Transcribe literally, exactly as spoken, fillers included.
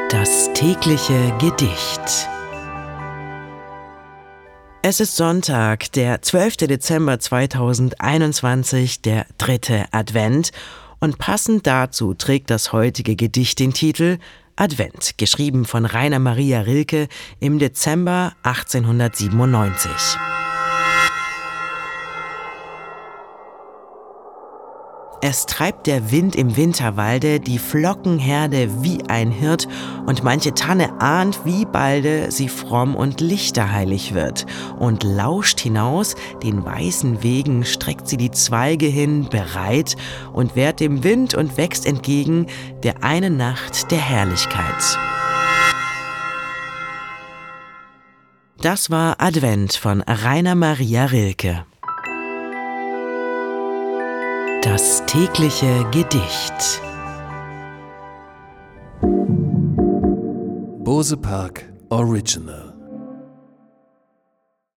Das tägliche Gedicht. Es ist Sonntag, der zwölfte Dezember zweitausendeinundzwanzig, der dritte Advent. Und passend dazu trägt das heutige Gedicht den Titel Advent, geschrieben von Rainer Maria Rilke im Dezember achtzehnhundertsiebenundneunzig. Es treibt der Wind im Winterwalde die Flockenherde wie ein Hirt, und manche Tanne ahnt, wie balde sie fromm und lichterheilig wird, und lauscht hinaus, den weißen Wegen streckt sie die Zweige hin, bereit, und wehrt dem Wind und wächst entgegen der einen Nacht der Herrlichkeit. Das war Advent von Rainer Maria Rilke. Das tägliche Gedicht. Bose Park Original.